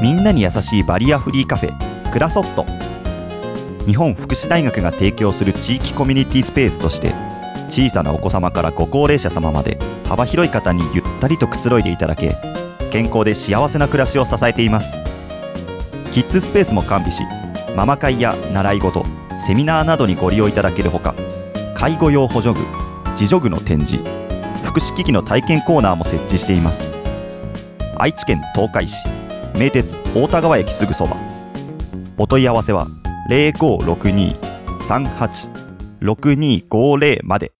みんなに優しいバリアフリーカフェクラソット。日本福祉大学が提供する地域コミュニティスペースとして、小さなお子様からご高齢者様まで幅広い方にゆったりとくつろいでいただけ、健康で幸せな暮らしを支えています。キッズスペースも完備し、ママ会や習い事、セミナーなどにご利用いただけるほか、介護用補助具、自助具の展示、福祉機器の体験コーナーも設置しています。愛知県東海市、名鉄大田川駅すぐそば。お問い合わせは 0562-38-6250 まで。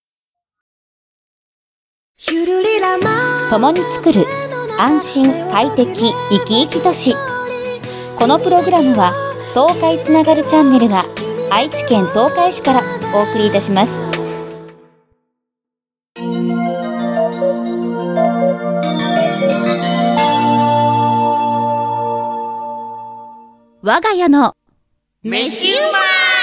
共に作る安心快適生き生き都市。このプログラムは東海つながるチャンネルが愛知県東海市からお送りいたします。我が家の飯うま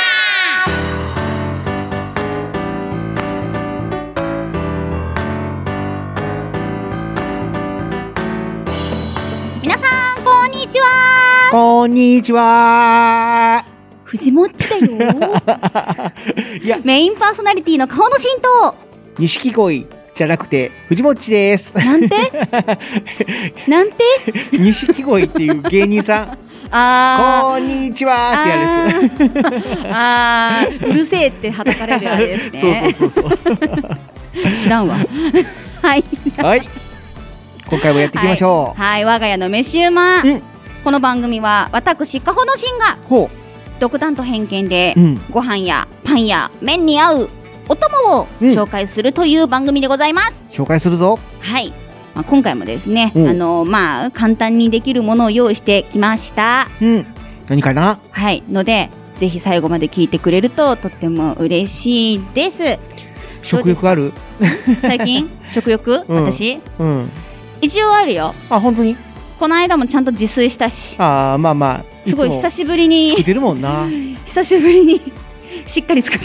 皆さんこんにちは。 こんにちは。 藤もっちだよいや、 メインパーソナリティの顔の浸透、 錦鯉じゃなくて藤もっちです。 なんてなんて錦鯉っていう芸人さんこんにちはってやるやつ。 うるせえって叩かれるあれですね。 そう知らんわはいはい、今回もやっていきましょう。 はい、我が家の飯うま、この番組は私かほのしんが独断と偏見で、ご飯やパンや麺に合うお供を紹介するという番組でございます。 紹介するぞ。 はい、今回もですね、簡単にできるものを用意してきました。 何かな。 はいので、ぜひ最後まで聞いてくれるととっても嬉しいです。 食欲ある？ 最近食欲、私、一応あるよ。 あ、本当に？ この間もちゃんと自炊したし。 まあすごい久しぶりに作ってるもんな。 久しぶりにしっかり作った。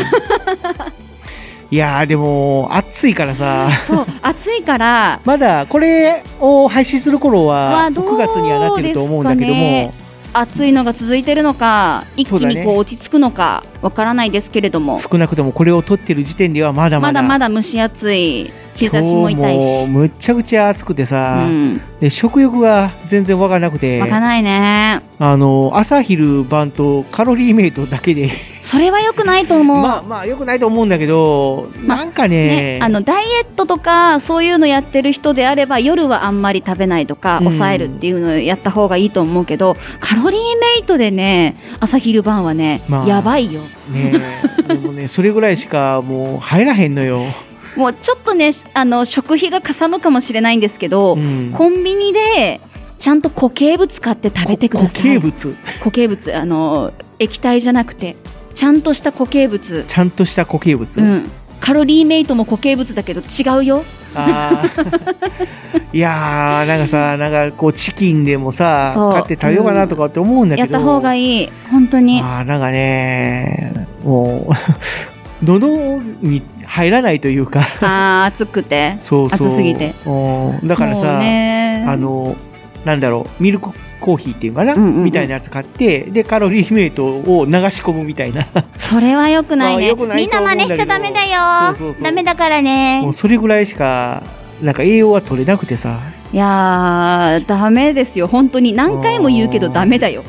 いやー、でも暑いからさ。 そう、暑いからまだこれを配信する頃は9月にはなってると思うんだけども、 暑いのが続いてるのか一気にこう落ち着くのかわからないですけれども、 少なくともこれを撮ってる時点ではまだ蒸し暑い。日差しも痛いし、 もうむっちゃくちゃ暑くてさ、で食欲が全然湧かなくて、 湧かないね。 朝昼晩とカロリーメイトだけでそれは良くないと思う。 まあ良くないと思うんだけど、なんかね、 ダイエットとかそういうのやってる人であれば夜はあんまり食べないとか抑えるっていうのをやった方がいいと思うけど、カロリーメイトでね朝昼晩はね、やばいよね。でもねそれぐらいしかもう入らへんのよ。 もうちょっとね食費がかさむかもしれないんですけど、コンビニでちゃんと固形物買って食べてください。固形物液体じゃなくてちゃんとした固形物。カロリーメイトも固形物だけど違うよ。いやー、なんかさ、なんかこうチキンでもさ買って食べようかなとかって思うんだけど、 やった方がいい本当に。 なんかね、もう喉に入らないというか暑くて、暑すぎて。 だからさ、なんだろう、ミルクコーヒーっていうかな、みたいなやつ買って、でカロリーメイトを流し込むみたいな。それは良くないね。みんな真似しちゃダメだよ。ダメだからね。 もうそれぐらいしかなんか栄養は取れなくてさ。 いやー、ダメですよ本当に。何回も言うけどダメだよ。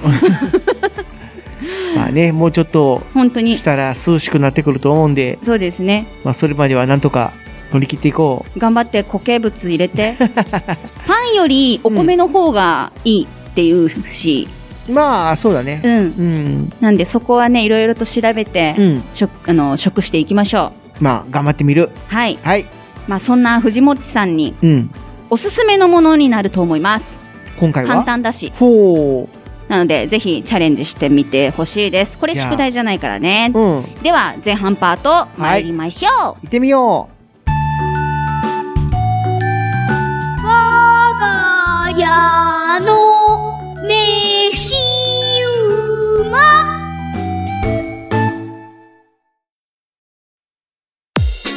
まあね、もうちょっとしたら涼しくなってくると思うんで、 そうですね。 それまではなんとか乗り切っていこう。 頑張って固形物入れて。パンよりお米の方がいいっていうし、 まあそうだね。 なんでそこはねいろいろと調べて、食していきましょう。頑張ってみる。 はい。そんな藤もっちさんに、おすすめのものになると思います。 今回は簡単だし。なのでぜひチャレンジしてみてほしいです。これ宿題じゃないからね。では前半パート参りましょう。 行ってみよう。 我が家の飯うま。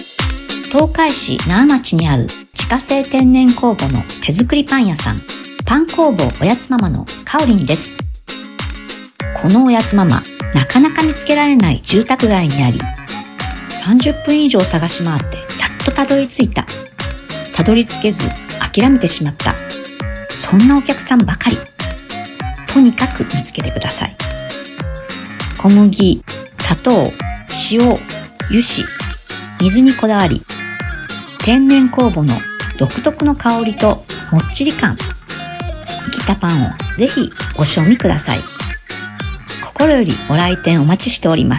東海市那覇町にある自家製天然酵母の手作りパン屋さん、 パン工房おやつママのかおりんです。このおやつママ、なかなか見つけられない住宅街にあり、30分以上探し回ってやっとたどり着いた。たどり着けず諦めてしまった。そんなお客さんばかり。とにかく見つけてください。小麦、砂糖、塩、油脂、水にこだわり、天然酵母の独特の香りともっちり感。生きたパンをぜひご賞味ください。心よりご来店お待ちしております。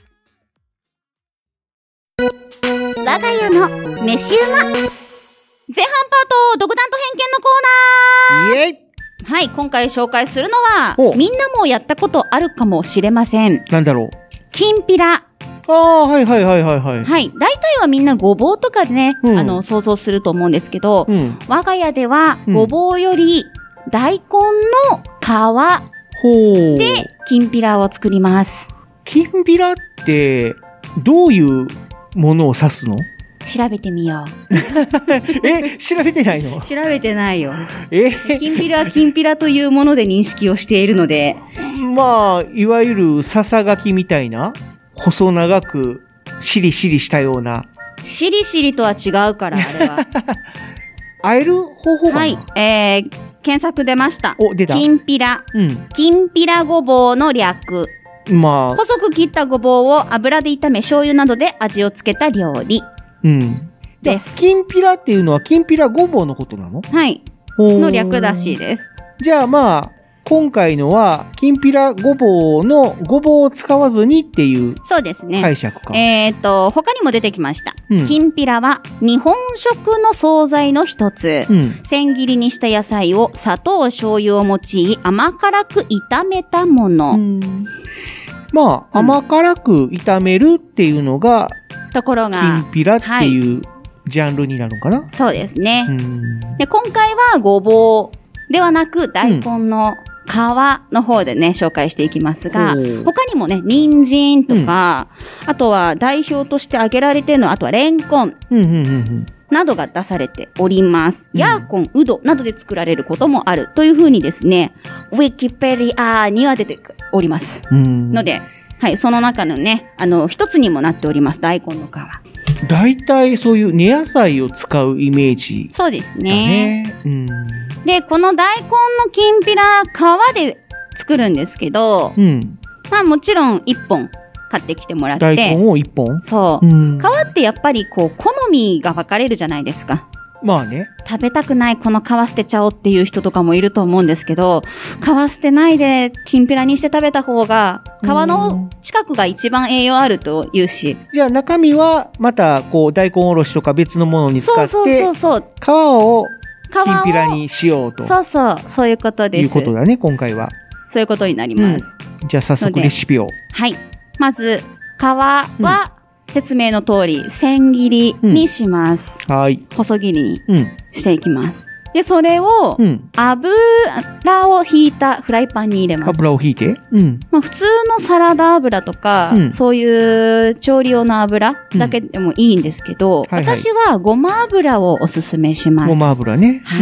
我が家の飯うま。前半パート、独断と偏見のコーナー。 イエイ。 はい、今回紹介するのは、みんなもやったことあるかもしれません。 なんだろう。 きんぴら。 はいはいはいはいはい。 はい。大体はみんなごぼうとかでね、想像すると思うんですけど、我が家ではごぼうより大根の皮できんぴらを作ります。 きんぴらってどういうものを指すの？ 調べてみよう。調べてないの？ 調べてないよ。きんぴらはきんぴらというもので認識をしているので。 まあ、いわゆるささがきみたいな細長く、しりしりしたような。 しりしりとは違うから、あれは。 あえる方法かな？ はい。検索出ました。 出た。 きんぴら。きんぴらごぼうの略。 まあ。 細く切ったごぼうを油で炒め、醤油などで味をつけた料理。です。 きんぴらっていうのはきんぴらごぼうのことなの？ はい。の略らしいです。 じゃあまあ、今回のは、きんぴらごぼうのごぼうを使わずにっていうそうですね。 解釈か。 他にも出てきました。きんぴらは日本食の惣菜の一つ。千切りにした野菜を砂糖、醤油を用い甘辛く炒めたもの。 まあ、甘辛く炒めるっていうのが、 ところが、 きんぴらっていうジャンルになるのかな？ そうですね。で、今回はごぼうではなく大根の皮の方でね、紹介していきますが、他にもね、人参とか、あとは代表として挙げられているのは、あとはレンコン。などが出されております。ヤーコン、ウドなどで作られることもあるというふうにですね、ウィキペディアには出ております。ので、はい、その中のね、一つにもなっております、大根の皮。 大体そういう根野菜を使うイメージ、 そうですね。で、この大根のきんぴら、皮で作るんですけど、まあもちろん一本買ってきてもらって。 大根を一本？ そう。皮ってやっぱりこう、好みが分かれるじゃないですか。 まあね。 食べたくないこの皮捨てちゃおうっていう人とかもいると思うんですけど、皮捨てないできんぴらにして食べた方が、皮の近くが一番栄養あるというし。 じゃあ中身はまたこう大根おろしとか別のものに使って、 そう皮をきんぴらにしようと。 そういうことです。 いうことだね、今回は。 そういうことになります。 じゃあ早速レシピを。 はい。まず、皮は、説明の通り、千切りにします。 はい。 細切りにしていきます。で、それを、油を引いたフライパンに入れます。 油を引いて？ まあ、普通のサラダ油とか、そういう調理用の油だけでもいいんですけど、私はごま油をおすすめします。 ごま油ね。 はい。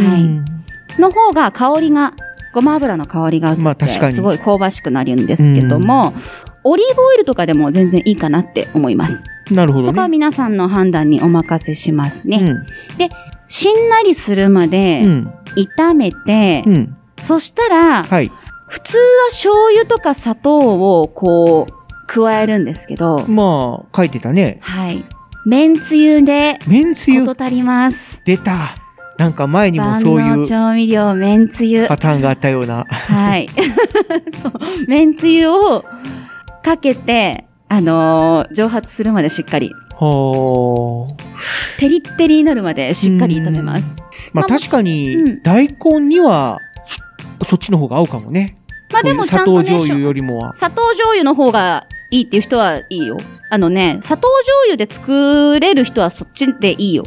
の方が香りが、ごま油の香りが移って、すごい香ばしくなるんですけども、オリーブオイルとかでも全然いいかなって思います。 なるほどね。 そこは皆さんの判断にお任せしますね。で、しんなりするまで炒めて、そしたら、普通は醤油とか砂糖をこう加えるんですけど、 まあ書いてたね。 はい。めんつゆで事足ります。 出た。なんか前にもそういう万能調味料めんつゆパターンがあったような。 はい。そう、めんつゆをかけて、蒸発するまでしっかり。テリッテリになるまでしっかり炒めます。 まあ確かに、大根には、そっちの方が合うかもね。 まあでもちゃんとね、 砂糖醤油よりもは。 砂糖醤油の方がいいっていう人はいいよ。砂糖醤油で作れる人はそっちでいいよ。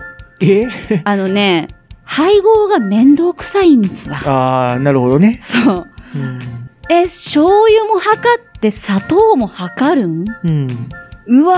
配合がめんどくさいんですわ。 ああ、なるほどね。 そう。醤油も測って砂糖も測るん？うわ、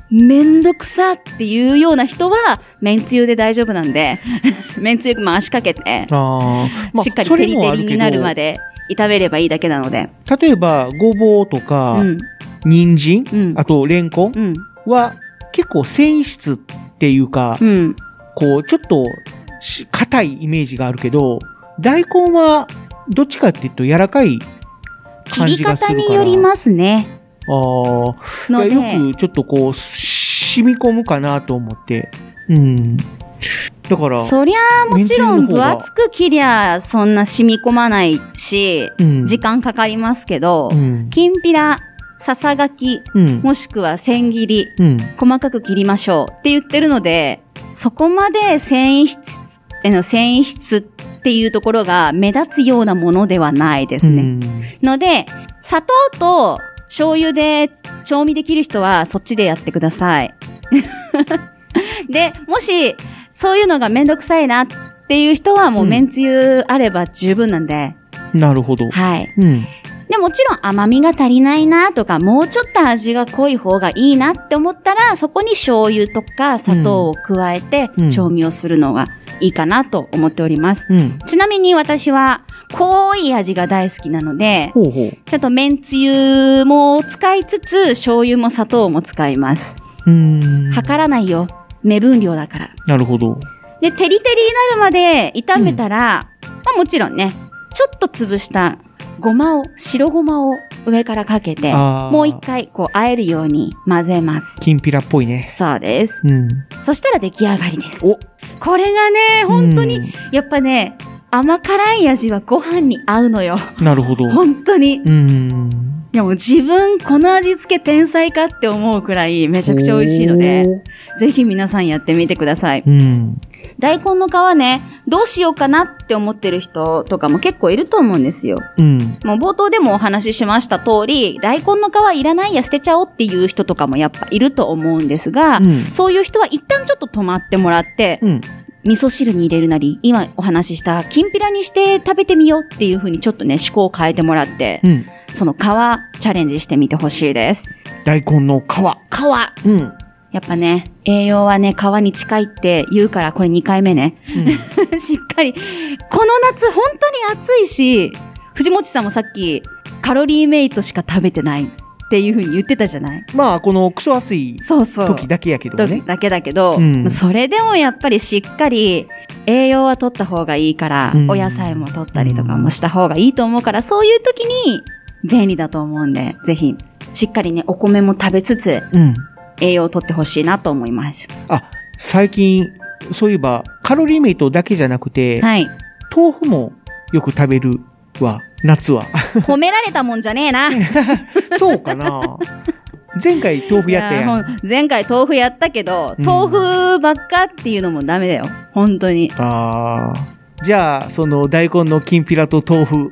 めんどくさっていうような人は、めんつゆで大丈夫なんで、めんつゆ回しかけて、しっかりテリテリになるまで炒めればいいだけなので。 例えば、ごぼうとか、人参、あとレンコンは、結構繊維質っていうか、こう、ちょっと、硬いイメージがあるけど、大根は、どっちかっていうと柔らかい感じがするから。切り方によりますね。よくちょっとこう、染み込むかなと思って。だから。 そりゃあもちろん分厚く切りゃそんな染み込まないし、時間かかりますけど、きんぴら、ささがき、もしくは千切り、細かく切りましょうって言ってるので、そこまで繊維質っていうところが目立つようなものではないですね。ので、砂糖と醤油で調味できる人はそっちでやってください。で、もしそういうのがめんどくさいなっていう人はもうめんつゆあれば十分なんで。 なるほど。 はい。で、もちろん甘みが足りないなとか、もうちょっと味が濃い方がいいなって思ったら、そこに醤油とか砂糖を加えて調味をするのがいいかなと思っております。ちなみに私は濃い味が大好きなので、ちょっとめんつゆも使いつつ、醤油も砂糖も使います。測らないよ。目分量だから。 なるほど。 で、テリテリになるまで炒めたら、まあもちろんね、ちょっと潰した白ごまを上からかけて、もう一回こう和えるように混ぜます。 きんぴらっぽいね。 そうです。そしたら出来上がりです。これがね、本当に、やっぱね、甘辛い味はご飯に合うのよ。 なるほど。 本当に。いやもう自分この味付け天才かって思うくらいめちゃくちゃ美味しいので、ぜひ皆さんやってみてください。大根の皮ね、どうしようかなって思ってる人とかも結構いると思うんですよ。もう冒頭でもお話ししました通り、大根の皮いらないや捨てちゃおうっていう人とかもやっぱいると思うんですが、そういう人は一旦ちょっと止まってもらって、味噌汁に入れるなり、今お話ししたきんぴらにして食べてみようっていう風にちょっとね、思考を変えてもらって、その皮チャレンジしてみてほしいです。 大根の皮。 やっぱね、栄養はね、皮に近いって言うから、これ2回目ね。しっかり。この夏本当に暑いし、藤本さんもさっき、カロリーメイトしか食べてないっていう風に言ってたじゃない。 まあ、このクソ暑い時だけやけどね。 時だけだけど、それでもやっぱりしっかり栄養は取った方がいいから、お野菜も取ったりとかもした方がいいと思うから、そういう時に便利だと思うんで、ぜひ、しっかりね、お米も食べつつ、栄養を取ってほしいなと思います。 最近、そういえば、カロリーメイトだけじゃなくて、豆腐もよく食べるわ、夏は。 褒められたもんじゃねえな。 そうかな。前回豆腐やったやん。 前回豆腐やったけど、豆腐ばっかっていうのもダメだよ。本当に。 じゃあ、その大根のきんぴらと豆腐。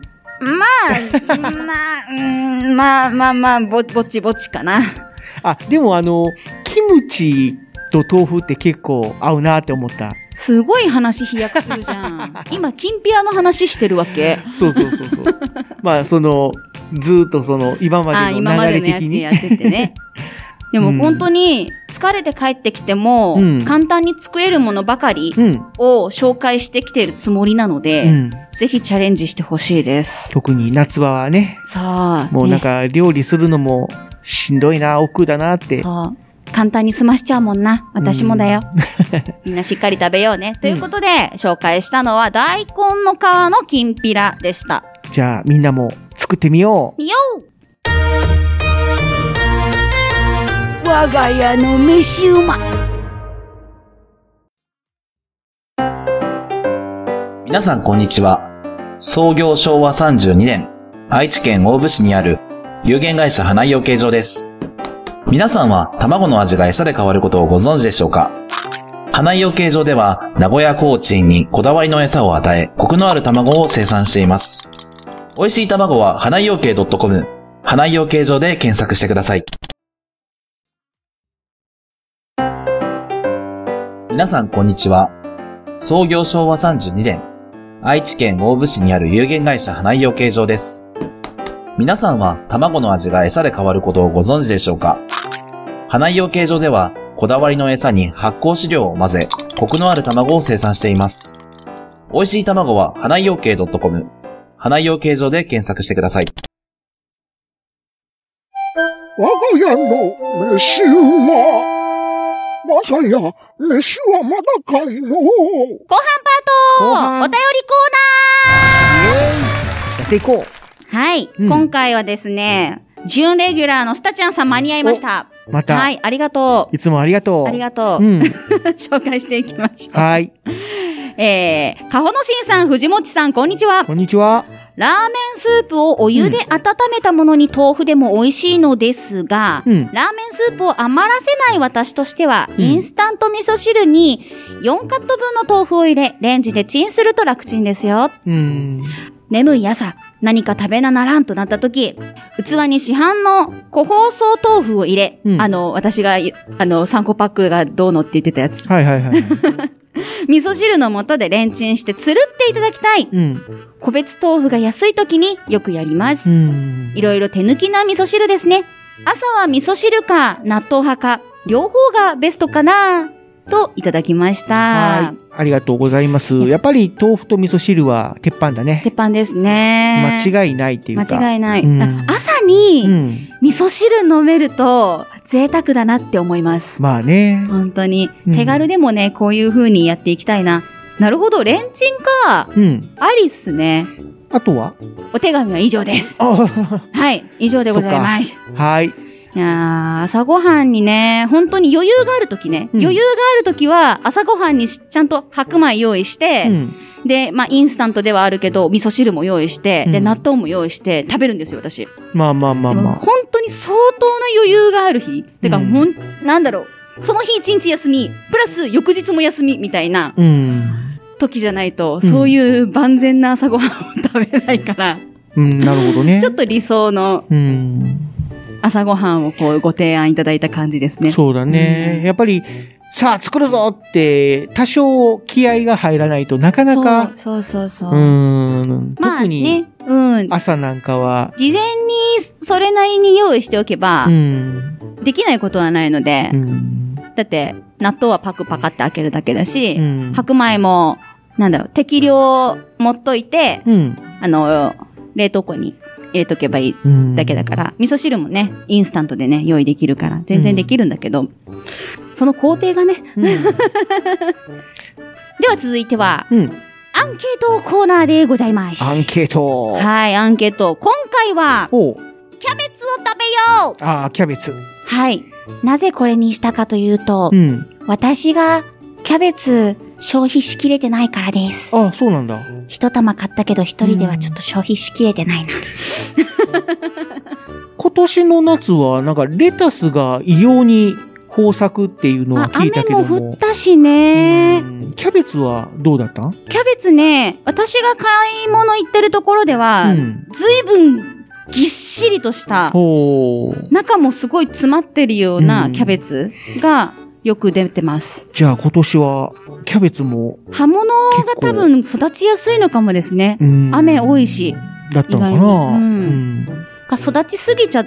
ぼちぼちかな。 でもキムチと豆腐って結構合うなって思った。 すごい話飛躍するじゃん。今、きんぴらの話してるわけ。 そう。まあ、ずーっと今までの流れ的に。 やっててね。でも本当に疲れて帰ってきても、簡単に作れるものばかりを紹介してきてるつもりなので、ぜひチャレンジしてほしいです。 特に夏場はね。もうなんか料理するのもしんどいな、億劫だなって。 簡単に済ましちゃうもんな。私もだよ。みんなしっかり食べようね。ということで、紹介したのは大根の皮のきんぴらでした。 じゃあみんなも作ってみよう。 我が家の飯うま。 皆さんこんにちは。創業昭和32年、愛知県大府市にある有限会社花井養鶏場です。皆さんは卵の味が餌で変わることをご存知でしょうか？花井養鶏場では名古屋コーチンにこだわりの餌を与え、コクのある卵を生産しています。美味しい卵は花井養鶏 .com、花井養鶏場で検索してください。皆さんこんにちは。創業昭和32年、愛知県大府市にある有限会社花井養鶏場です。皆さんは卵の味が餌で変わることをご存知でしょうか？ 花井養鶏場では、こだわりの餌に発酵飼料を混ぜ、コクのある卵を生産しています。美味しい卵は、花井養鶏 .com、花井養鶏場で検索してください。 我が家の飯は、まさや、飯はまだかいの。後半パート、お便りコーナー。やっていこう。はい、今回はですね、準レギュラーのスタちゃんさん間に合いました。 また。 はい、ありがとう。 いつもありがとう。 ありがとう。紹介していきましょう。 はい。 かほのしんさん、藤もちさん、こんにちは。 こんにちは。 ラーメンスープをお湯で温めたものに豆腐でも美味しいのですが、ラーメンスープを余らせない私としては、インスタント味噌汁に4カット分の豆腐を入れ、レンジでチンすると楽ちんですよ。眠い朝、何か食べなならんとなった時、器に市販の個包装豆腐を入れ、私が、3個パックがどうのって言ってたやつ。 はいはいはい。 味噌汁の素でレンチンしてつるっていただきたい。個別豆腐が安い時によくやります。いろいろ手抜きな味噌汁ですね。朝は味噌汁か納豆派か、両方がベストかなといただきました。 はい。ありがとうございます。やっぱり豆腐と味噌汁は鉄板だね。 鉄板ですね。 間違いないっていうか。 間違いない。朝に味噌汁飲めると贅沢だなって思います。 まあね。 本当に。手軽でもね、こういう風にやっていきたいな。なるほど、レンチンか。ありっすね。 あとはお手紙は以上です。はい、以上でございます。 はい。 いや朝ごはんにね、本当に余裕があるときね、余裕があるときは朝ごはんにちゃんと白米用意して、で、まあ、インスタントではあるけど、味噌汁も用意して、で、納豆も用意して食べるんですよ、私。 まあ。本当に相当な余裕がある日。てか、なんだろう。その日一日休み、プラス翌日も休みみたいな、時じゃないと、そういう万全な朝ごはんを食べないから。 なるほどね。 ちょっと理想の、朝ごはんをこうご提案いただいた感じですね。 そうだね。やっぱり、さあ作るぞって、多少気合が入らないとなかなか。 そう。 特に、朝なんかは。 事前にそれなりに用意しておけば、できないことはないので、だって、納豆はパクパカって開けるだけだし、白米も、適量持っといて、冷凍庫に入れとけばいいだけだから、味噌汁もね、インスタントでね、用意できるから、全然できるんだけど、その工程がね。では続いては、アンケートコーナーでございます。 アンケート。 はい、アンケート。今回は、キャベツを食べよう。 ああ、キャベツ。 はい。なぜこれにしたかというと、私がキャベツ消費しきれてないからです。 あ、そうなんだ。 一玉買ったけど一人ではちょっと消費しきれてないな。 今年の夏はなんかレタスが異様に豊作っていうのは聞いたけども。 雨も降ったしね。 キャベツはどうだった？ キャベツね、私が買い物行ってるところでは、ずいぶんぎっしりとした、中もすごい詰まってるようなキャベツがよく出てます。 じゃあ今年はキャベツも葉物が多分育ちやすいのかもですね。雨多いし。 だったのかな。 育ちすぎちゃって、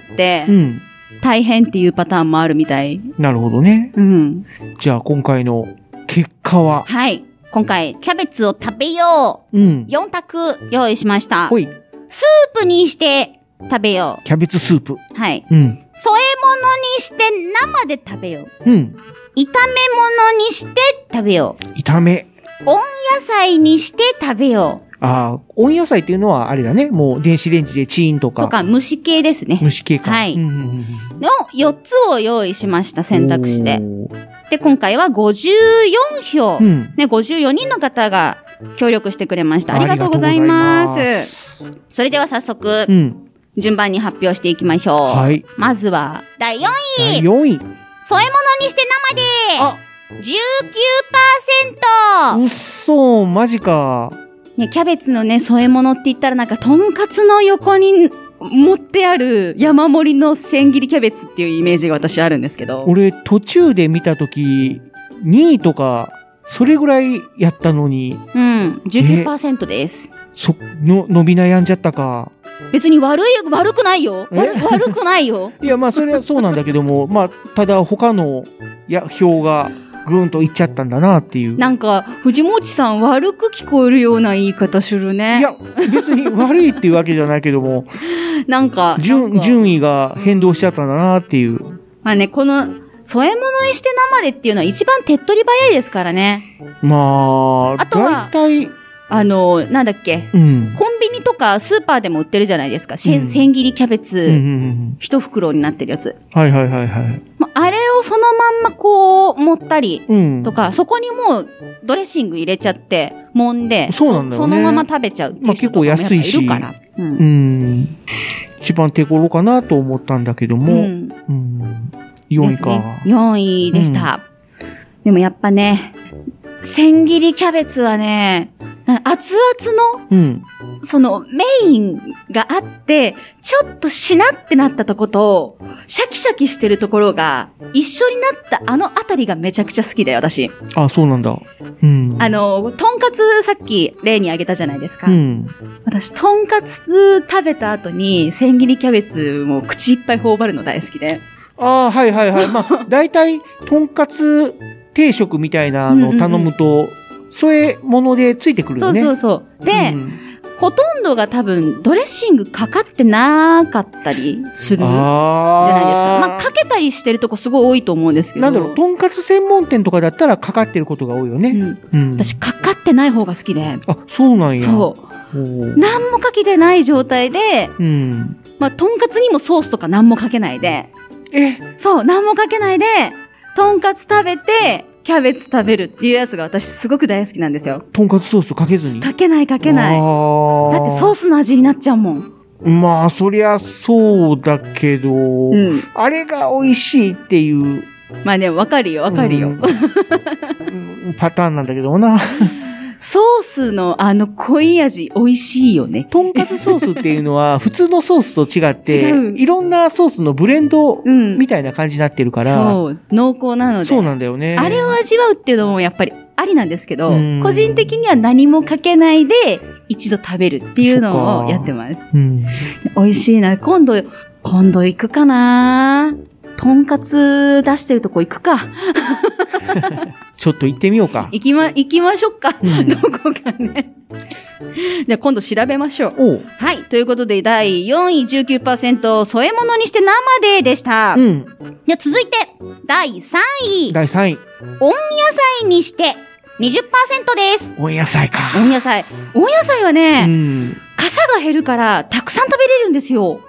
大変っていうパターンもあるみたい。 なるほどね。じゃあ今回の結果は？ はい。今回、キャベツを食べよう。4択用意しました。スープにして食べよう。 キャベツスープ。 はい。添え物にして生で食べよう。炒め物にして食べよう。 炒め。 温野菜にして食べよう。 ああ、温野菜っていうのはあれだね。もう電子レンジでチーンとか。 とか蒸し系ですね。 蒸し系か。 はい。の4つを用意しました、選択肢で。で、今回は54票。ね、54人の方が協力してくれました。ありがとうございます。それでは早速、順番に発表していきましょう。はい。まずは、第4位。 第4位。 添え物にして生で、19%。 うっそー、マジか。 ね、キャベツのね、添え物って言ったらなんか、とんかつの横に持ってある山盛りの千切りキャベツっていうイメージが私あるんですけど。 俺、途中で見たとき、2位とか、それぐらいやったのに。 19% です。 伸び悩んじゃったか。 別に悪くないよ。悪くないよ。 いや、まあ、それはそうなんだけども、まあ、ただ他の票がぐーんといっちゃったんだなっていう。 なんか、藤本さん悪く聞こえるような言い方するね。 いや、別に悪いっていうわけじゃないけども、 なんか順位が変動しちゃったんだなっていう。 まあね、この、添え物にして生でっていうのは一番手っ取り早いですからね。 まあ、 あとは、 大体、 なんだっけ、コンビニとかスーパーでも売ってるじゃないですか。千切りキャベツ、一袋になってるやつ。 はいはいはいはい。 あれをそのまんまこう、盛ったりとか、そこにもうドレッシング入れちゃって、揉んで、 そうなんだよね。 そのまま食べちゃうっていう人とかもやっぱいるから。 一番手頃かなと思ったんだけども、4位か、ね。 4位でした。でもやっぱね、千切りキャベツはね、熱々の、そのメインがあって、ちょっとしなってなったとことシャキシャキしてるところが一緒になったあのあたりがめちゃくちゃ好きだよ、私。 あ、そうなんだ。 とんかつさっき例に挙げたじゃないですか。私、とんかつ食べた後に千切りキャベツも口いっぱい頬張るの大好きで。 はいはいはい。まあ、だいたいとんかつ定食みたいなのを頼むと、添え物でついてくるよね。 そう。で、ほとんどが多分ドレッシングかかってなかったりするじゃないですか。まあ、かけたりしてるとこすごい多いと思うんですけど。 なんだろう、とんかつ専門店とかだったらかかってることが多いよね。 私、かかってない方が好きで。 あ、そうなんや。 そう。何もかけてない状態で、まあ、とんかつにもソースとか何もかけないで。そう、何もかけないで、とんかつ食べて、キャベツ食べるっていうやつが私すごく大好きなんですよ。 とんかつソースかけずに？ かけない。だってソースの味になっちゃうもん。 まあ、そりゃそうだけど、あれが美味しいっていう。 まあでもわかるよ。 パターンなんだけどな。 ソースの濃い味美味しいよね。 とんかつソースっていうのは普通のソースと違って、いろんなソースのブレンドみたいな感じになってるから。 そう、濃厚なので。 そうなんだよね。 あれを味わうっていうのもやっぱりありなんですけど、個人的には何もかけないで一度食べるっていうのをやってます。美味しいな。今度行くかな。とんかつ出してるとこ行くか。 ちょっと行ってみようか。 行きましょうか。どこかね。じゃあ今度調べましょう。はい。ということで、第4位 19% 添え物にして生でした。じゃあ続いて、第3位。 第3位。 温野菜にして20% です。 温野菜か。 温野菜はね、傘が減るからたくさん食べれるんですよ。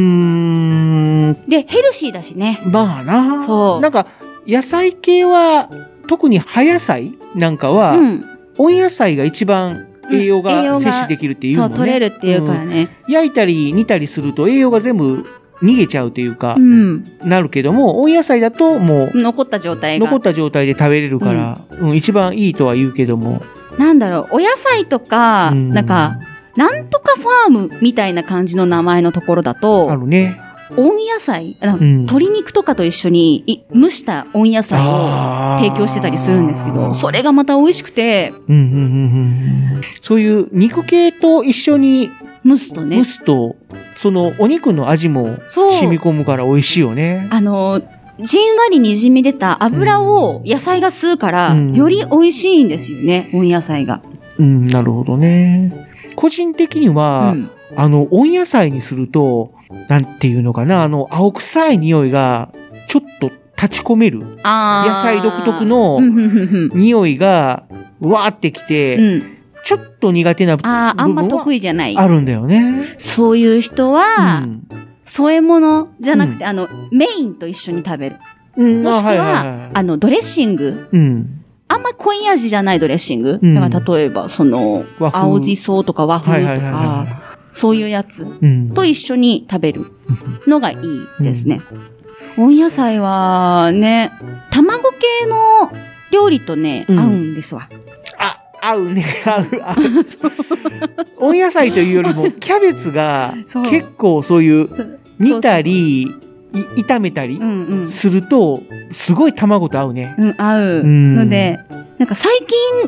で、ヘルシーだしね。 まあな。 そう。 なんか、野菜系は、特に葉野菜なんかは、温野菜が一番栄養が摂取できるっていうもんね。 そう、取れるっていうからね。 焼いたり煮たりすると栄養が全部逃げちゃうというか、なるけども、温野菜だともう、 残った状態で食べれるから、一番いいとは言うけども。 なんだろう、お野菜とか、なんか、なんとかファームみたいな感じの名前のところだと、 あるね。 温野菜、鶏肉とかと一緒に蒸した温野菜を提供してたりするんですけど、それがまた美味しくて、 そういう肉系と一緒に蒸すと、 そのお肉の味も染み込むから美味しいよね。 じんわりにじみ出た油を野菜が吸うから、より美味しいんですよね、温野菜が。 なるほどね。個人的には、温野菜にすると、なんていうのかな、青臭い匂いが、ちょっと立ち込める。野菜独特の匂いが、わーってきて、ちょっと苦手な部分はあんま得意じゃない。 あるんだよね。 そういう人は、添え物じゃなくて、メインと一緒に食べる。もしくは、ドレッシング。あんま濃い味じゃないドレッシング。だから例えば、青じそとか和風とか、そういうやつと一緒に食べるのがいいですね。温野菜はね、卵系の料理とね、合うんですわ。 合うね、合う。温野菜というよりも、キャベツが結構そういう煮たり、炒めたりすると、すごい卵と合うね。 合う。ので、なんか最近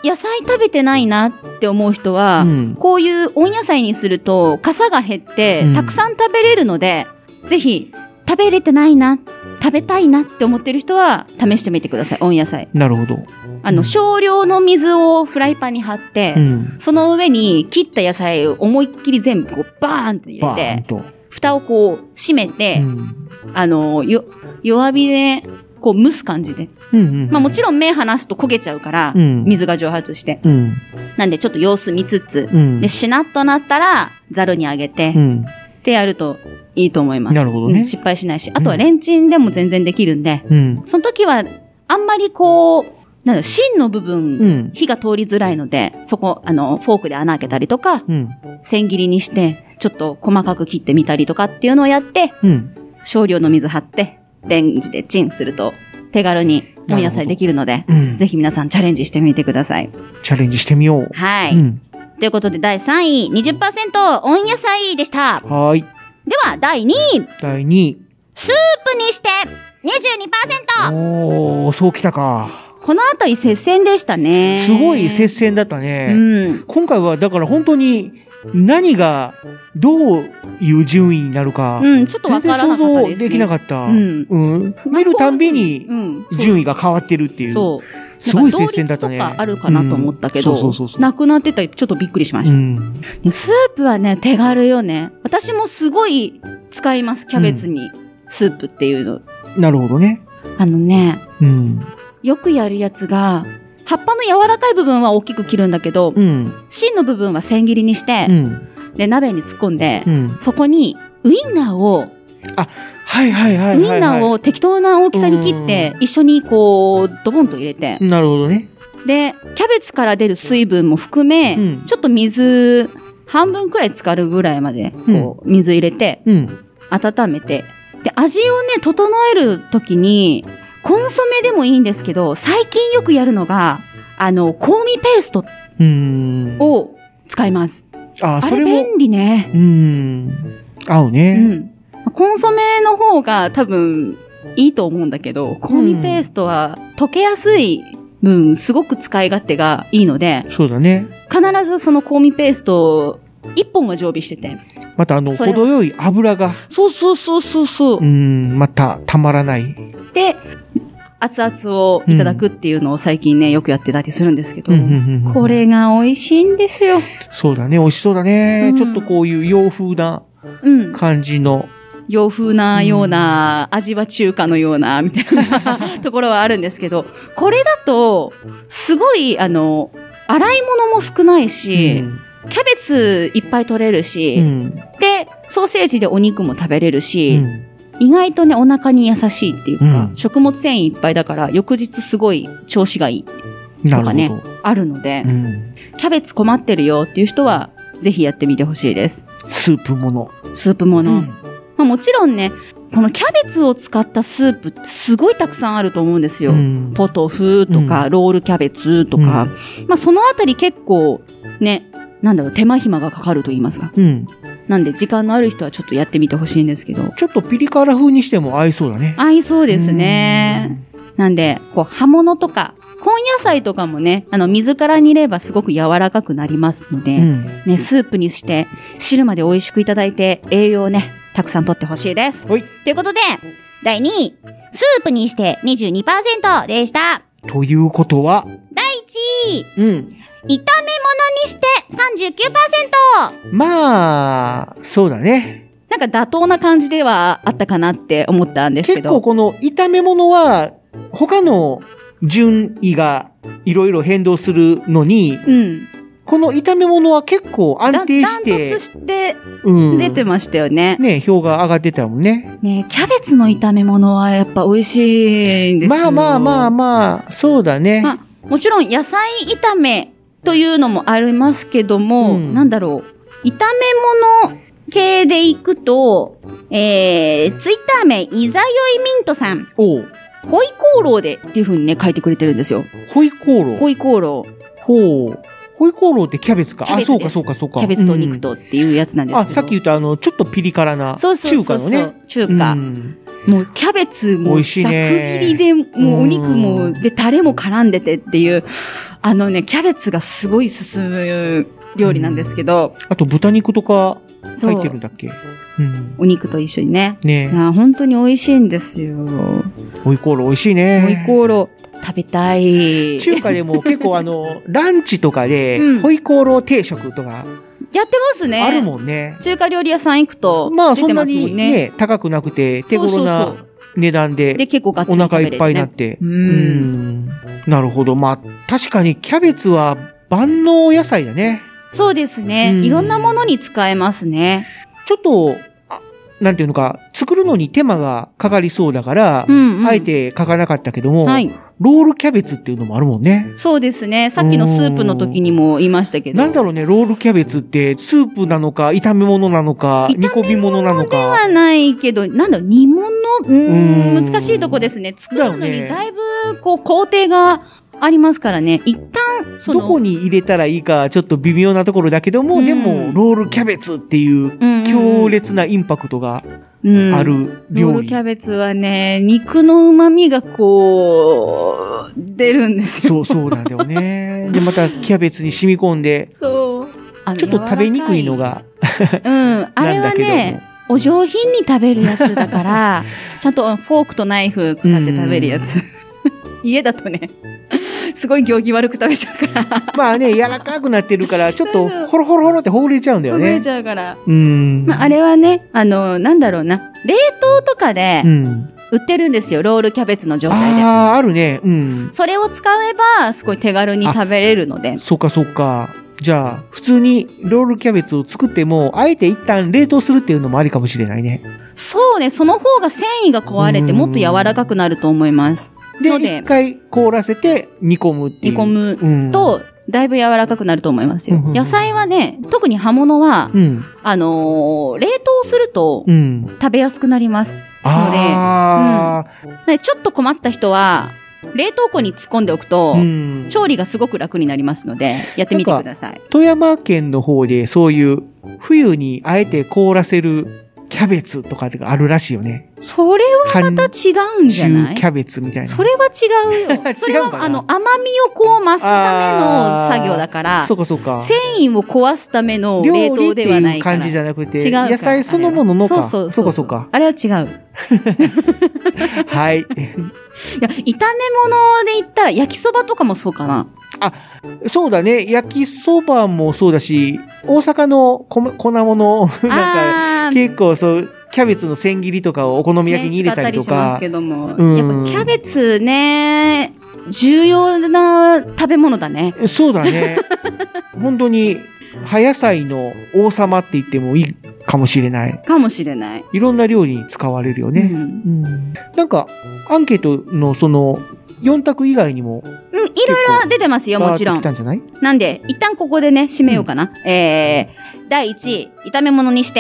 野菜食べてないなって思う人は、こういう温野菜にすると、傘が減って、たくさん食べれるので、ぜひ、食べれてないな、食べたいなって思ってる人は、試してみてください、温野菜。 なるほど。 少量の水をフライパンに張って、その上に切った野菜を思いっきり全部こうバーンと入れて、蓋をこう閉めて、弱火でこう蒸す感じで。まあもちろん目離すと焦げちゃうから、水が蒸発して。なんでちょっと様子見つつ、で、しなっとなったら、ざるにあげて、ってやるといいと思います。 なるほどね。 失敗しないし。あとはレンチンでも全然できるんで、その時は、あんまりこう、芯の部分、火が通りづらいので、そこ、フォークで穴開けたりとか、千切りにして、ちょっと細かく切ってみたりとかっていうのをやって、少量の水張って、レンジでチンすると、手軽に温野菜できるので、ぜひ皆さんチャレンジしてみてください。 チャレンジしてみよう。 はい。ということで、第3位、20% 温野菜でした。 はい。 では、第2位。 第2位。 スープにして、22%。 おー、そうきたか。 このあたり接戦でしたね。 すごい接戦だったね。今回はだから本当に何がどういう順位になるか、 ちょっとわからなかったですね。 全然想像できなかった。見るたんびに順位が変わってるっていう。すごい接戦だったね。 同率とかあるかなと思ったけど、なくなってたりちょっとびっくりしました。スープはね、手軽よね。私もすごい使います、キャベツに。スープっていうの。 なるほどね。 よくやるやつが、葉っぱの柔らかい部分は大きく切るんだけど、芯の部分は千切りにして、で、鍋に突っ込んで、そこにウインナーを、ウインナーを適当な大きさに切って、一緒にこう、ドボンと入れて。 なるほどね。 で、キャベツから出る水分も含め、ちょっと水、半分くらい浸かるぐらいまで、こう、水入れて、温めて、で、味をね、整えるときに、コンソメでもいいんですけど、最近よくやるのが、香味ペーストを使います。あれ便利ね。 合うね。 コンソメの方が多分いいと思うんだけど、香味ペーストは溶けやすい分、すごく使い勝手がいいので、 そうだね。 必ずその香味ペースト1本は常備してて。 また程よい油が。 そう。 またたまらない。 で、熱々をいただくっていうのを最近ね、よくやってたりするんですけど、これが美味しいんですよ。 そうだね、美味しそうだね。ちょっとこういう洋風な感じの。 洋風なような、味は中華のような、みたいなところはあるんですけど、これだと、すごい、洗い物も少ないし、キャベツいっぱい取れるし、で、ソーセージでお肉も食べれるし、意外とね、お腹に優しいっていうか、食物繊維いっぱいだから、翌日すごい調子がいいとかね、あるので、キャベツ困ってるよっていう人は、ぜひやってみてほしいです。 スープもの。 まあ、もちろんね、このキャベツを使ったスープすごいたくさんあると思うんですよ。ポトフとか、ロールキャベツとか、まあそのあたり結構ね、手間暇がかかると言いますか。なんで時間のある人はちょっとやってみてほしいんですけど。 ちょっとピリ辛風にしても合いそうだね。 合いそうですね。なんで、葉物とか、根野菜とかもね、水から煮ればすごく柔らかくなりますので、ね、スープにして、汁まで美味しくいただいて、栄養をね、たくさんとってほしいです。ということで、第2位、スープにして 22% でした。 ということは、 第1位、炒め物にして 39%。 まあ、そうだね。 なんか妥当な感じではあったかなって思ったんですけど。 結構この炒め物は、他の順位がいろいろ変動するのに、この炒め物は結構安定して。 断トツして出てましたよね。 ね、票が上がってたもんね。 ね、キャベツの炒め物はやっぱ美味しいんですよ。 まあ、そうだね。 まあ、もちろん野菜炒めというのもありますけども、なんだろう。炒め物系でいくと、ツイッター名、いざよいミントさん。ホイコーローでっていう風にね、書いてくれてるんですよ。 ホイコーロー。 ホイコーロー。 ほう。ホイコーローってキャベツか。あ、そうか。キャベツと肉とっていうやつなんですけど。 さっき言ったちょっとピリ辛な中華のね。 中華。もうキャベツもざく切りで、もうお肉も、で、タレも絡んでてっていう、 キャベツがすごい進む料理なんですけど。 あと豚肉とか入ってるんだっけ？ お肉と一緒にね。 ね。 本当に美味しいんですよ。 ホイコーロー美味しいね。 ホイコーロー食べたい。 中華でも結構ランチとかで、ホイコーロー定食とか。 やってますね。 あるもんね。 中華料理屋さん行くとまあそんなにね、高くなくて手頃な値段で。 で、結構ガッツリお腹いっぱいになって。なるほど。まあ確かにキャベツは万能野菜だね。 そうですね。いろんなものに使えますね。 ちょっと、なんていうのか、作るのに手間がかかりそうだから、あえて書かなかったけども、ロールキャベツっていうのもあるもんね。 そうですね。さっきのスープの時にも言いましたけど。 なんだろうね、ロールキャベツって、スープなのか、炒め物なのか、煮込み物なのか。 ではないけど、煮物難しいとこですね。作るのにだいぶ、工程がありますからね。一旦、 どこに入れたらいいか、ちょっと微妙なところだけども、でも、ロールキャベツっていう、強烈なインパクトがある料理。 ロールキャベツはね、肉の旨味が出るんですよ。 そうなんだよね。で、またキャベツに染み込んで、 そう。 ちょっと食べにくいのが、 あれはね、お上品に食べるやつだから、ちゃんとフォークとナイフ使って食べるやつ。家だとね、すごい行儀悪く食べちゃうから。 まあね、柔らかくなってるから、ちょっとホロホロホロってほぐれちゃうんだよね。 ほぐれちゃうから。あれはね、なんだろうな、冷凍とかで、売ってるんですよ、ロールキャベツの状態で。 あるね。 それを使えば、すごい手軽に食べれるので。 そっか。じゃあ、普通にロールキャベツを作っても、あえて一旦冷凍するっていうのもありかもしれないね。 そうね、その方が繊維が壊れて、もっと柔らかくなると思います。 で、一回凍らせて煮込むっていう。 煮込むと、だいぶ柔らかくなると思いますよ。野菜はね、特に葉物は、冷凍すると、食べやすくなりますので、ちょっと困った人は、冷凍庫に突っ込んでおくと、調理がすごく楽になりますので、やってみてください。 富山県の方で、そういう、冬にあえて凍らせる、キャベツとかあるらしいよね。 それはまた違うんじゃない？ キャベツみたいな。 それは違うよ。それは甘みを増すための作業だから。 そうか。 繊維を壊すための冷凍ではないから。 料理っていう感じじゃなくて、 違う野菜そのもののか。そうか。 あれは違う。 はい。 いや、炒め物で言ったら焼きそばとかもそうかな。 そうだね。焼きそばもそうだし、大阪の粉物、結構キャベツの千切りとかをお好み焼きに入れたりとか。 使ったりしますけども。やっぱキャベツね、重要な食べ物だね。 そうだね。本当に、葉野菜の王様って言ってもいいかもしれない。いろんな料理に使われるよね。なんか、アンケートの4択以外にも。 いろいろ出てますよ、もちろん。なんで、一旦ここでね、締めようかな。第1位、炒め物にして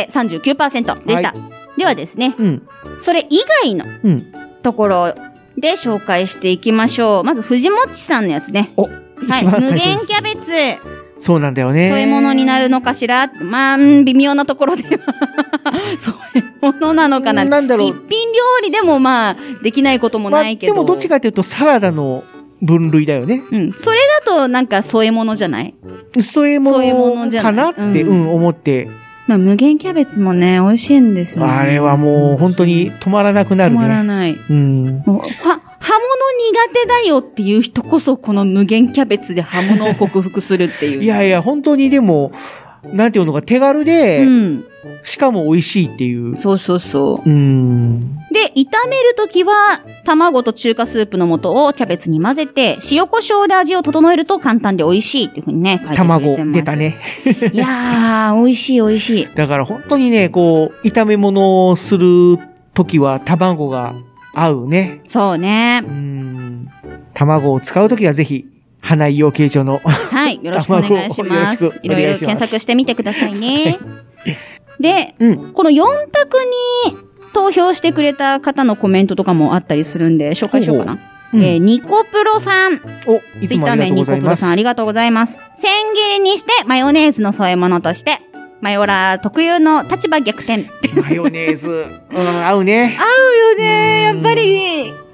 39% でした。ではですね、それ以外のところで紹介していきましょう。まず、藤もっちさんのやつね。無限キャベツ。 そうなんだよね。 そういうものになるのかしら。まあ、微妙なところではそういうものなのかな。 なんだろう。 一品料理でもまあ、できないこともないけど。 でもどっちかというとサラダの分類だよね。 それだとなんか添え物じゃない？ 添え物かなって思って。 まあ、無限キャベツもね、美味しいんですよね。 あれはもう本当に止まらなくなるね。 止まらない。葉物苦手だよっていう人こそ、この無限キャベツで葉物を克服するっていう。 いや、本当にでも、なんていうのか手軽で、しかも美味しいっていう。 そう。で、炒めるときは、卵と中華スープの素をキャベツに混ぜて、塩コショウで味を整えると簡単で美味しいっていうふうにね、書いてくれてます。 卵出たね。 いやー、美味しい。 だから本当にね、炒め物をするときは卵が合うね。 そうね。 卵を使うときはぜひ、花井養鶏場の。 はい。よろしくお願いします。いろいろ検索してみてくださいね。で、この4択に投票してくれた方のコメントとかもあったりするんで、紹介しようかな。ニコプロさん。 いつもありがとうございます。 ニコプロさんありがとうございます。千切りにしてマヨネーズの添え物として、マヨラー特有の立場逆転。 マヨネーズ、合うね。 合うよね。やっぱり、好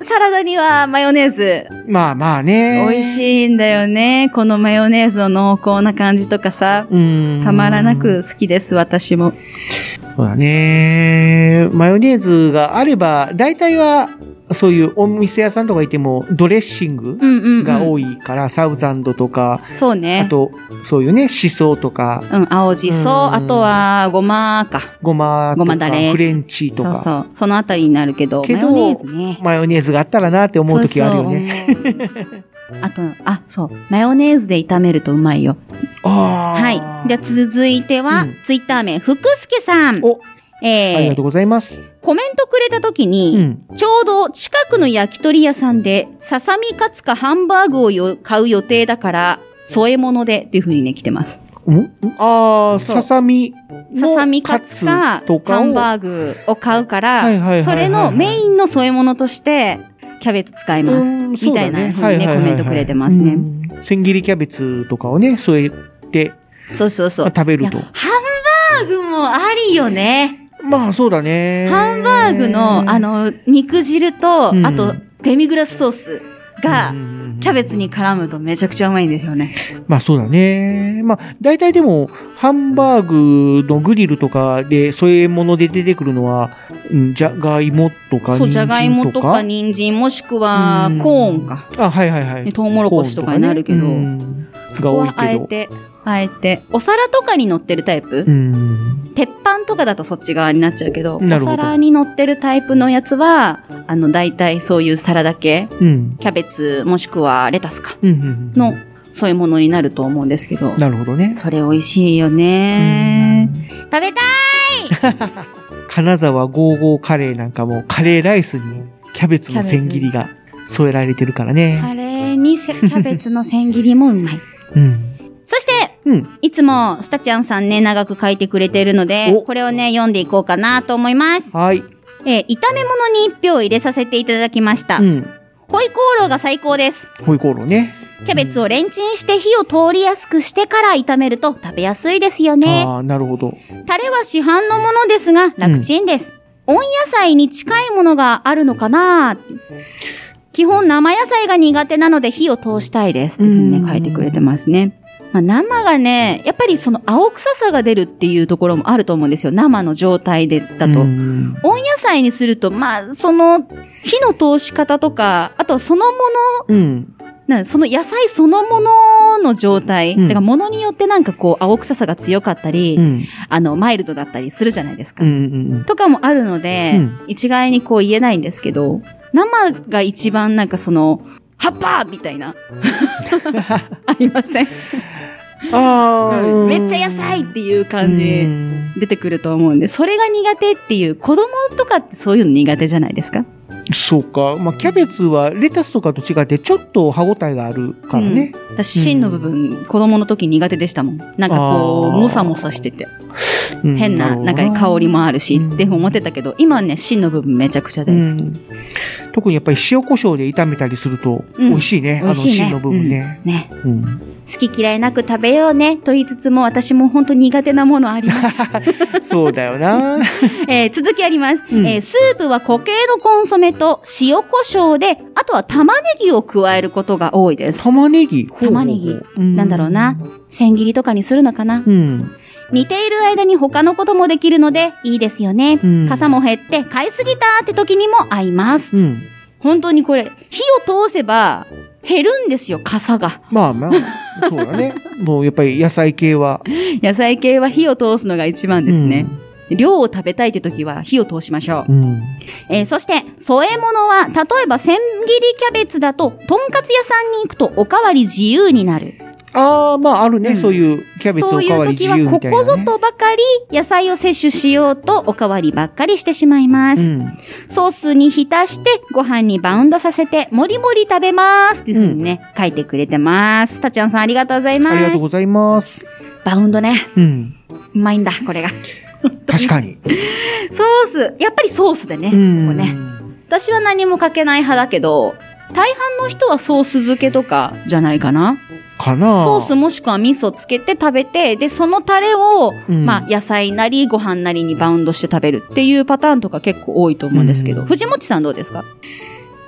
サラダにはマヨネーズ。 まあまあね。 美味しいんだよね。このマヨネーズの濃厚な感じとかさ。たまらなく好きです、私も。 そうだね。マヨネーズがあれば、大体は、そういうお店屋さんとかいても、ドレッシングが多いから、サウザンドとか、 そうね。 あと、そういうね、シソとか。 青じそ、あとは、ごまか。 ごまだれ。フレンチとか。 そうそう。そのあたりになるけど、マヨネーズね。 マヨネーズがあったらなって思う時あるよね。 あと、そう。マヨネーズで炒めるとうまいよ。はい。じゃあ続いては、ツイッター名、福助さん。 ありがとうございます。 コメントくれた時に、ちょうど近くの焼き鳥屋さんで、ささみカツかハンバーグを買う予定だから、添え物でっていう風にね、来てます。 ささみカツかハンバーグを買うから、それのメインの添え物として、キャベツ使います。みたいな風にね、コメントくれてますね。 千切りキャベツとかをね、添えて、 そう。 食べると。 ハンバーグもありよね。 まあそうだね。 ハンバーグの肉汁と、あとデミグラスソースがキャベツに絡むとめちゃくちゃうまいんですよね。 まあそうだね。まあ大体でもハンバーグのグリルとかで添え物で出てくるのはじゃがいもとか人参とか。そう、 じゃがいもとか人参もしくはコーンか。 はい。 トウモロコシとかになるけど。 が多いけど。 あえて、お皿とかに乗ってるタイプ鉄板とかだとそっち側になっちゃうけど、お皿に乗ってるタイプのやつは、大体そういうサラダ系、キャベツもしくはレタスか、のそういうものになると思うんですけど。 なるほどね。 それ美味しいよね。食べたい金沢ゴーゴーカレーなんかもカレーライスにキャベツの千切りが添えられてるからね。 カレーにキャベツの千切りもうまい。そして、いつもスタチャンさんね、長く書いてくれてるので、これをね、読んでいこうかなと思います。 はい。 炒め物に1票入れさせていただきました。ホイコーローが最高です。 ホイコーローね。 キャベツをレンチンして火を通りやすくしてから炒めると食べやすいですよね。 なるほど。 タレは市販のものですが、楽ちんです。温野菜に近いものがあるのかな？基本生野菜が苦手なので火を通したいです。っていうふうにね、書いてくれてますね。生がね、やっぱりその青臭さが出るっていうところもあると思うんですよ。生の状態でだと。温野菜にすると、その火の通し方とか、あとそのもの、その野菜そのものの状態、だからものによってなんかこう青臭さが強かったり、マイルドだったりするじゃないですか。とかもあるので、一概にこう言えないんですけど、生が一番なんかその、葉っぱみたいな。ありませんめっちゃ野菜っていう感じ出てくると思うんで、それが苦手っていう、子供とかってそういうの苦手じゃないですか？ そうか。キャベツはレタスとかと違ってちょっと歯応えがあるからね。 私、芯の部分、子供の時苦手でしたもん。なんかこう、もさもさしてて。変な、なんか香りもあるしって思ってたけど、今はね、芯の部分めちゃくちゃ大好き。 特にやっぱり塩コショウで炒めたりすると美味しいね。芯の部分ね。 好き嫌いなく食べようねと言いつつも、私も本当に苦手なものあります。 そうだよな。 続きあります。スープは固形のコンソメと塩コショウで、あとは玉ねぎを加えることが多いです。 玉ねぎ。 なんだろうな。千切りとかにするのかな。煮ている間に他のこともできるのでいいですよね。傘も減って買いすぎたって時にも合います。本当にこれ、火を通せば減るんですよ、傘が。 そうだね。もうやっぱり野菜系は火を通すのが一番ですね。量を食べたいって時は火を通しましょう。そして、添え物は、例えば千切りキャベツだと、とんかつ屋さんに行くとおかわり自由になる。 あるね、そういうキャベツおかわり自由みたいな、ね。そういう時はここぞとばかり野菜を摂取しようとおかわりばっかりしてしまいます。ソースに浸してご飯にバウンドさせてもりもり食べますっていう風にね、書いてくれてます。たちゃんさんありがとうございます。 ありがとうございます。 バウンドね。うまいんだ、これが。 確かに。 ソース、やっぱりソースでね、ここね。私は何もかけない派だけど、大半の人はソース漬けとかじゃないかな。ソースもしくは味噌つけて食べて、で、そのタレを、野菜なりご飯なりにバウンドして食べるっていうパターンとか結構多いと思うんですけど、藤本さんどうですか？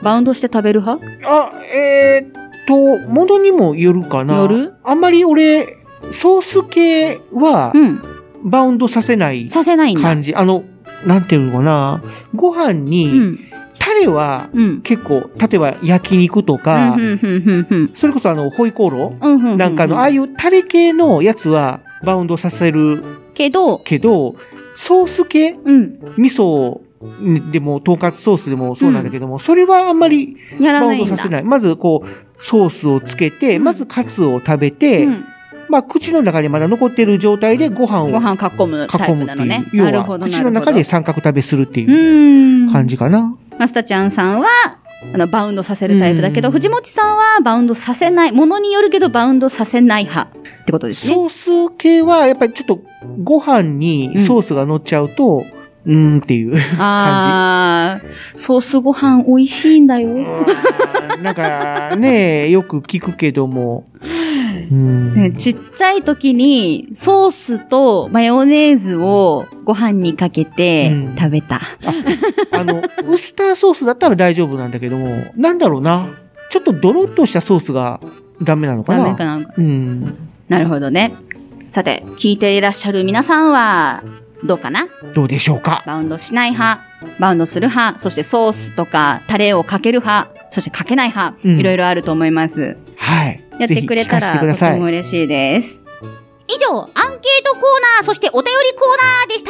バウンドして食べる派？ ものにもよるかな。あんまり俺、ソース系は、バウンドさせない感じ。なんていうのかな。ご飯に、タレは結構、例えば焼肉とか、それこそホイコーローなんかの、ああいうタレ系のやつはバウンドさせるけど、ソース系、味噌でも、とんかつソースでもそうなんだけども、それはあんまりバウンドさせない。まずこう、ソースをつけて、まずカツを食べて、まあ、口の中でまだ残ってる状態でご飯を囲むタイプなのね。 要は、口の中で三角食べするっていう感じかな。 マスタちゃんさんは、バウンドさせるタイプだけど、藤本さんはバウンドさせない、ものによるけどバウンドさせない派ってことですね。 ソース系は、やっぱりちょっとご飯にソースが乗っちゃうと、っていう感じ。ソースご飯美味しいんだよ。 なんかね、よく聞くけども。 ちっちゃい時にソースとマヨネーズをご飯にかけて食べた。 ウスターソースだったら大丈夫なんだけども、なんだろうな。ちょっとドロッとしたソースがダメなのかな。 ダメかな。なるほどね。さて、聞いていらっしゃる皆さんは、どうかな？ どうでしょうか？ バウンドしない派、バウンドする派、そしてソースとかタレをかける派、そしてかけない派、いろいろあると思います。 はい。 やってくれたらとても嬉しいです。以上、アンケートコーナー、そしてお便りコーナーでした。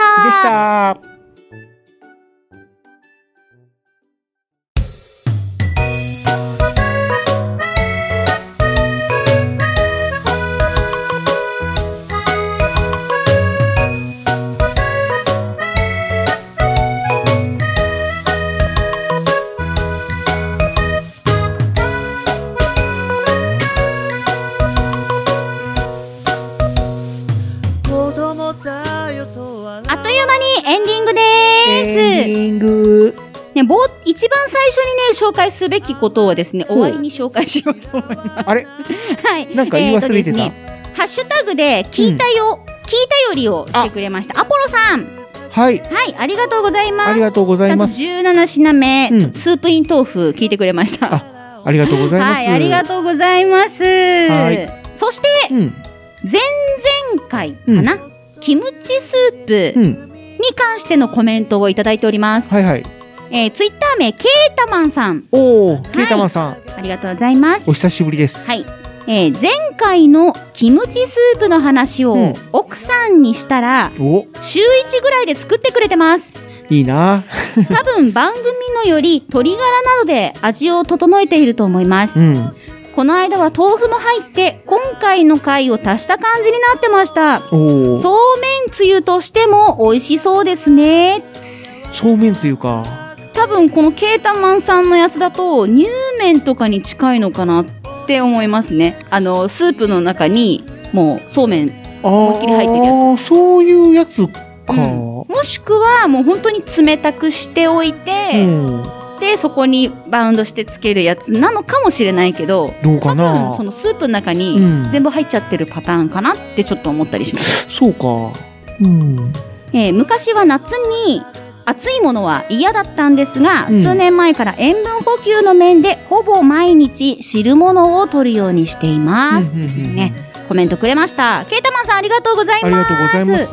一番最初にね、紹介すべきことをですね、終わりに紹介しようと思います。 あれはい。 なんか言い忘れてた。 ハッシュタグで聞いたよりをしてくれました。アポロさん。 はい。 はい、ありがとうございます。 ありがとうございます。 17品目、スープイン豆腐聞いてくれました。 ありがとうございます。はい、 ありがとうございます。そして、前々回かな、キムチスープに関してのコメントをいただいております。 はいはい。 ツイッター名、ケータマンさん。 ケータマンさん。 ありがとうございます。 お久しぶりです。 はい。前回のキムチスープの話を奥さんにしたら、週1ぐらいで作ってくれてます。 いいな。 多分番組のより鶏ガラなどで味を整えていると思います。この間は豆腐も入って今回の回を足した感じになってました。そうめんつゆとしても美味しそうですね。 そうめんつゆか。 多分このケータマンさんのやつだと乳麺とかに近いのかなって思いますね。スープの中にもうそうめん思いっきり入ってるやつ。 そういうやつか、 もしくはもう本当に冷たくしておいて、でそこにバウンドしてつけるやつなのかもしれないけど、 どうかな。 そのスープの中に全部入っちゃってるパターンかなってちょっと思ったりします。 そうか。 昔は夏に熱いものは嫌だったんですが、数年前から塩分補給の面でほぼ毎日汁物を取るようにしています。ね、コメントくれました。ケータマンさんありがとうございます。 ありがとうございます。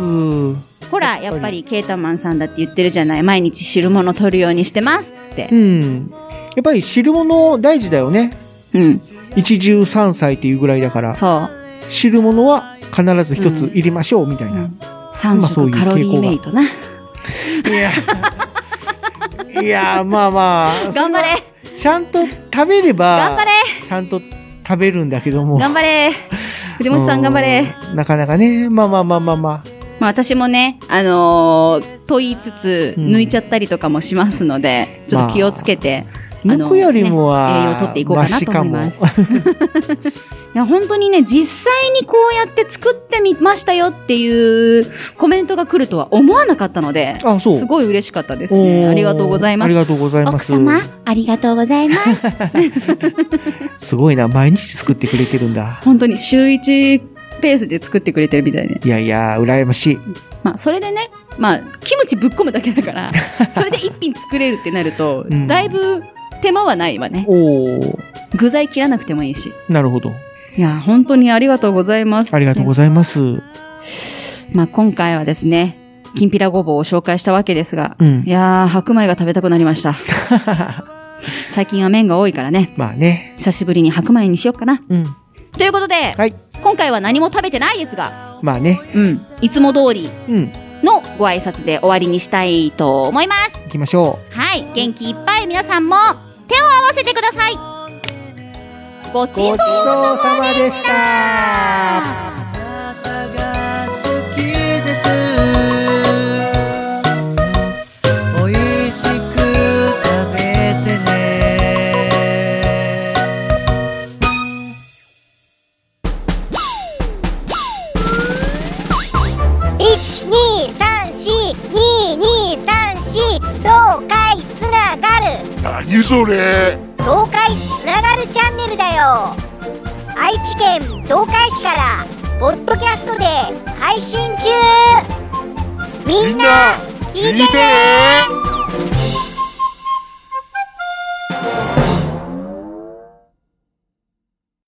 ほらやっぱりケータマンさんだって言ってるじゃない。毎日汁物取るようにしてますって。 やっぱり汁物大事だよね。一汁三菜っていうぐらいだから。 そう。 汁物は必ず一つ入れましょうみたいな。 3食カロリーメイトな。 いやまあまあ頑張れ。 ちゃんと食べれば頑張れ。 ちゃんと食べるんだけども、 頑張れ藤本さん頑張れ。 なかなかね、まあ私もねと言いつつ抜いちゃったりとかもしますので、ちょっと気をつけて、 抜くよりもは、 栄養を取っていこうかなと思います。いや本当にね、実際にこうやって作ってみましたよっていうコメントが来るとは思わなかったので、すごい嬉しかったですね。ありがとうございます。 ありがとうございます。 奥様ありがとうございます。 すごいな、毎日作ってくれてるんだ。 本当に週1ペースで作ってくれてるみたいで。 いやいや羨ましい。 それでね、キムチぶっ込むだけだからそれで一品作れるってなると、だいぶ手間はないわね。具材切らなくてもいいし。 なるほど。 いや、本当にありがとうございます。 ありがとうございます。 まあ、今回はですね、きんぴらごぼうを紹介したわけですが、いやー、白米が食べたくなりました。最近は麺が多いからね。 まあね。 久しぶりに白米にしようかな。ということで、今回は何も食べてないですが、 まあね。 いつも通りのご挨拶で終わりにしたいと思います。 行きましょう。はい。元気いっぱい皆さんも手を合わせてください。ごちそうさまでした。 何それ？ 東海つながるチャンネルだよ。愛知県東海市からポッドキャストで配信中。みんな聞いてね。